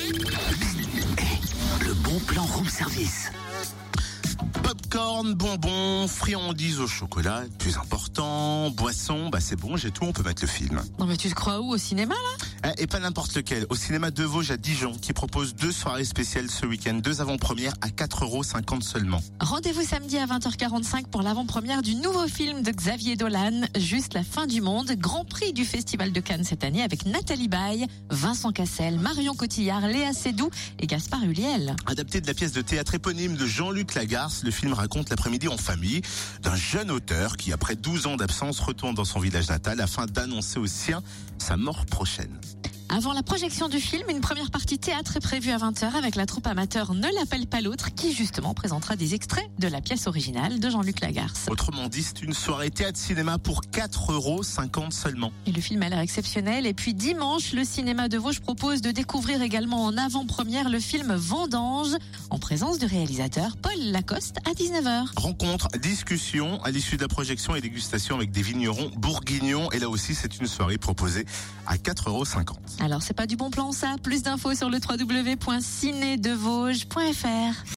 Le bon plan room service. Popcorn, bonbons, friandises au chocolat, plus important, boissons, c'est bon, j'ai tout, on peut mettre le film. Non mais tu te crois où, au cinéma là ? Et pas n'importe lequel, au cinéma de Vosges à Dijon, qui propose 2 soirées spéciales ce week-end, 2 avant-premières à 4,50 € seulement. Rendez-vous samedi à 20h45 pour l'avant-première du nouveau film de Xavier Dolan, Juste la fin du monde, grand prix du Festival de Cannes cette année avec Nathalie Baye, Vincent Cassel, Marion Cotillard, Léa Seydoux et Gaspard Ulliel. Adapté de la pièce de théâtre éponyme de Jean-Luc Lagarce, le film raconte l'après-midi en famille d'un jeune auteur qui, après 12 ans d'absence, retourne dans son village natal afin d'annoncer aux siens sa mort prochaine. Avant la projection du film, une première partie théâtre est prévue à 20h avec la troupe amateur Ne l'appelle pas l'autre qui justement présentera des extraits de la pièce originale de Jean-Luc Lagarce. Autrement dit, c'est une soirée théâtre-cinéma pour 4,50 € seulement. Et le film a l'air exceptionnel. Et puis dimanche, le cinéma de Vosges propose de découvrir également en avant-première le film Vendange en présence du réalisateur Paul Lacoste à 19h. Rencontre, discussion à l'issue de la projection et dégustation avec des vignerons bourguignons. Et là aussi, c'est une soirée proposée à 4,50 €. Alors c'est pas du bon plan ça. Plus d'infos sur le www.cinédevosges.fr.